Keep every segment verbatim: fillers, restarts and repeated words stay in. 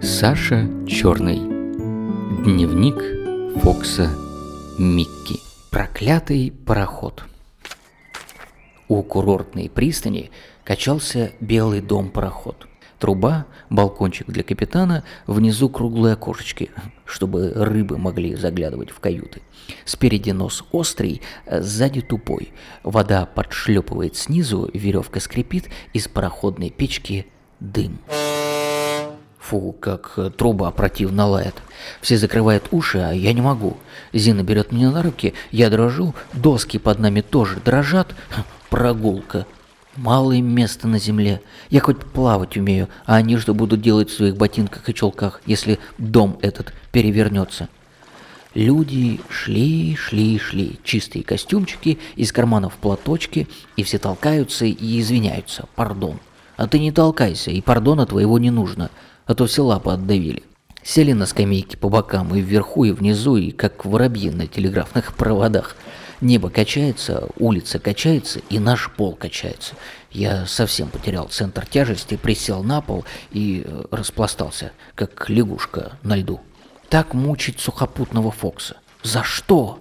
Саша Черный. Дневник Фокса Микки. Проклятый пароход. У курортной пристани качался белый дом-пароход. Труба, балкончик для капитана, внизу круглые окошечки, чтобы рыбы могли заглядывать в каюты. Спереди нос острый, сзади тупой. Вода подшлепывает снизу, веревка скрипит, из пароходной печки дым. Фу, как труба противно лает. Все закрывают уши, а я не могу. Зина берет меня на руки, я дрожу, доски под нами тоже дрожат. Прогулка. Мало им места на земле. Я хоть плавать умею, а они что будут делать в своих ботинках и чулках, если дом этот перевернется? Люди шли, шли, шли. Чистые костюмчики, из карманов платочки, и все толкаются и извиняются. Пардон. А ты не толкайся, и пардона твоего не нужно, а то все лапы отдавили. Сели на скамейки по бокам и вверху, и внизу, и как воробьи на телеграфных проводах. Небо качается, улица качается, и наш пол качается. Я совсем потерял центр тяжести, присел на пол и распластался, как лягушка на льду. Так мучить сухопутного Фокса. За что?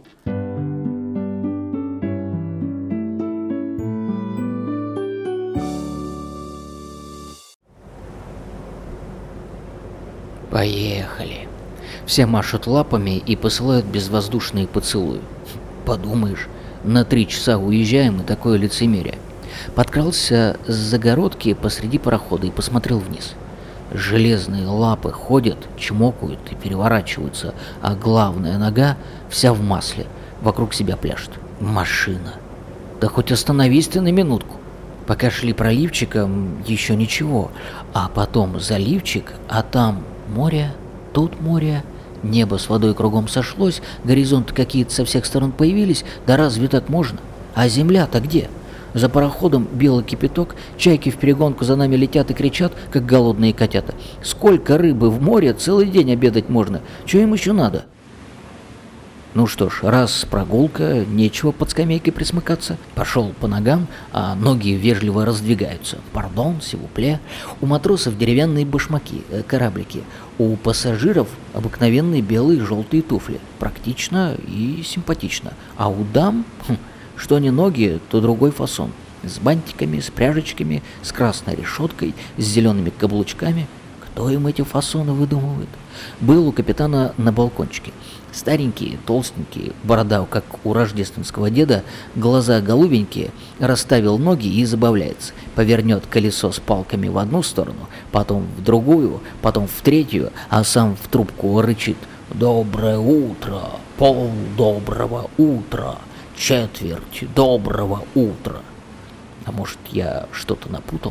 Поехали. Все машут лапами и посылают безвоздушные поцелуи. Подумаешь, на три часа уезжаем, и такое лицемерие. Подкрался с загородки посреди парохода и посмотрел вниз. Железные лапы ходят, чмокают и переворачиваются, а главная нога вся в масле, вокруг себя пляшет. Машина. Да хоть остановись ты на минутку. Пока шли проливчиком, еще ничего, а потом заливчик, а там море, тут море, небо с водой кругом сошлось, горизонты какие-то со всех сторон появились, да разве так можно? А земля-то где? За пароходом белый кипяток, чайки вперегонку за нами летят и кричат, как голодные котята. Сколько рыбы в море, целый день обедать можно, что им еще надо? Ну что ж, раз прогулка, нечего под скамейкой присмыкаться. Пошел по ногам, а ноги вежливо раздвигаются. Пардон, сивупле. У матросов деревянные башмаки, э, кораблики. У пассажиров обыкновенные белые и желтые туфли. Практично и симпатично. А у дам, хм, что не ноги, то другой фасон. С бантиками, с пряжечками, с красной решеткой, с зелеными каблучками. Кто им эти фасоны выдумывает? Был у капитана на балкончике. Старенький, толстенький, борода, как у рождественского деда, глаза голубенькие, расставил ноги и забавляется. Повернет колесо с палками в одну сторону, потом в другую, потом в третью, а сам в трубку рычит: «Доброе утро, пол доброго утра, четверть доброго утра». А может, я что-то напутал?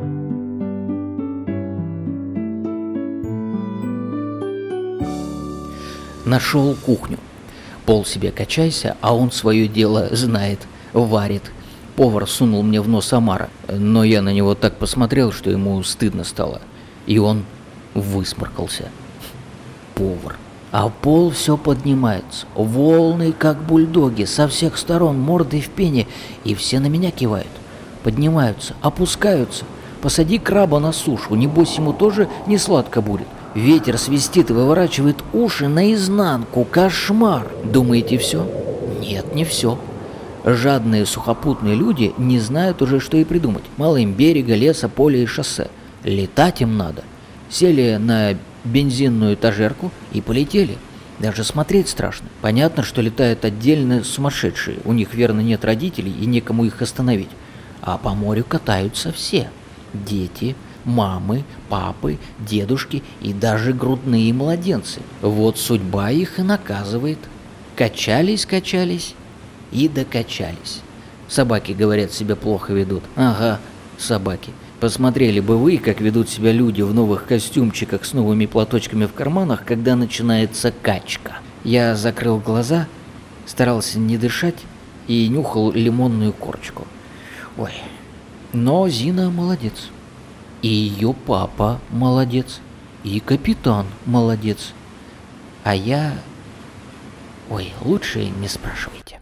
Нашел кухню. Пол себе качайся, а он свое дело знает, варит. Повар сунул мне в нос омара, но я на него так посмотрел, что ему стыдно стало. И он высморкался. Повар. А пол все поднимается. Волны, как бульдоги, со всех сторон, мордой в пене, и все на меня кивают. Поднимаются, опускаются. Посади краба на сушу, небось ему тоже не сладко будет. Ветер свистит и выворачивает уши наизнанку. Кошмар! Думаете, все? Нет, не все. Жадные сухопутные люди не знают уже, что и придумать. Мало им берега, леса, поля и шоссе. Летать им надо. Сели на бензинную этажерку и полетели. Даже смотреть страшно. Понятно, что летают отдельно сумасшедшие. У них, верно, нет родителей и некому их остановить. А по морю катаются все. Дети, мамы, папы, дедушки и даже грудные младенцы. Вот судьба их и наказывает. Качались, качались и докачались. Собаки, говорят, себя плохо ведут. Ага, собаки. Посмотрели бы вы, как ведут себя люди в новых костюмчиках с новыми платочками в карманах, когда начинается качка. Я закрыл глаза, старался не дышать и нюхал лимонную корочку. Ой, но Зина молодец. И ее папа молодец, и капитан молодец. А я... Ой, лучше не спрашивайте.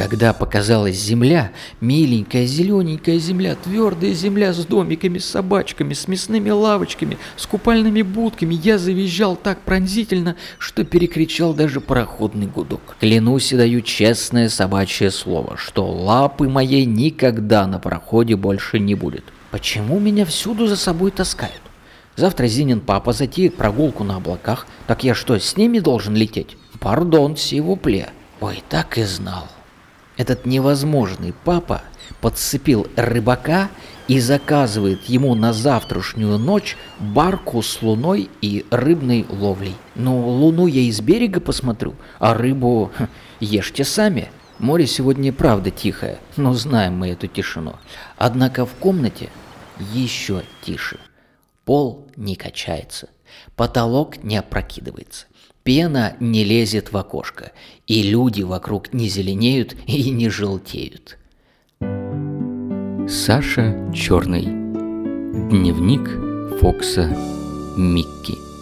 Когда показалась земля, миленькая зелененькая земля, твердая земля с домиками, с собачками, с мясными лавочками, с купальными будками, я завизжал так пронзительно, что перекричал даже пароходный гудок. Клянусь и даю честное собачье слово, что лапы моей никогда на пароходе больше не будет. Почему меня всюду за собой таскают? Завтра Зинин папа затеет прогулку на облаках, так я что, с ними должен лететь? Пардон, сивупле. Ой, так и знал. Этот невозможный папа подцепил рыбака и заказывает ему на завтрашнюю ночь барку с луной и рыбной ловлей. Ну, луну я из берега посмотрю, а рыбу ха, ешьте сами. Море сегодня правда тихое, но знаем мы эту тишину. Однако в комнате еще тише. Пол не качается, потолок не опрокидывается. Пена не лезет в окошко, и люди вокруг не зеленеют и не желтеют. Саша Черный. Дневник Фокса Микки.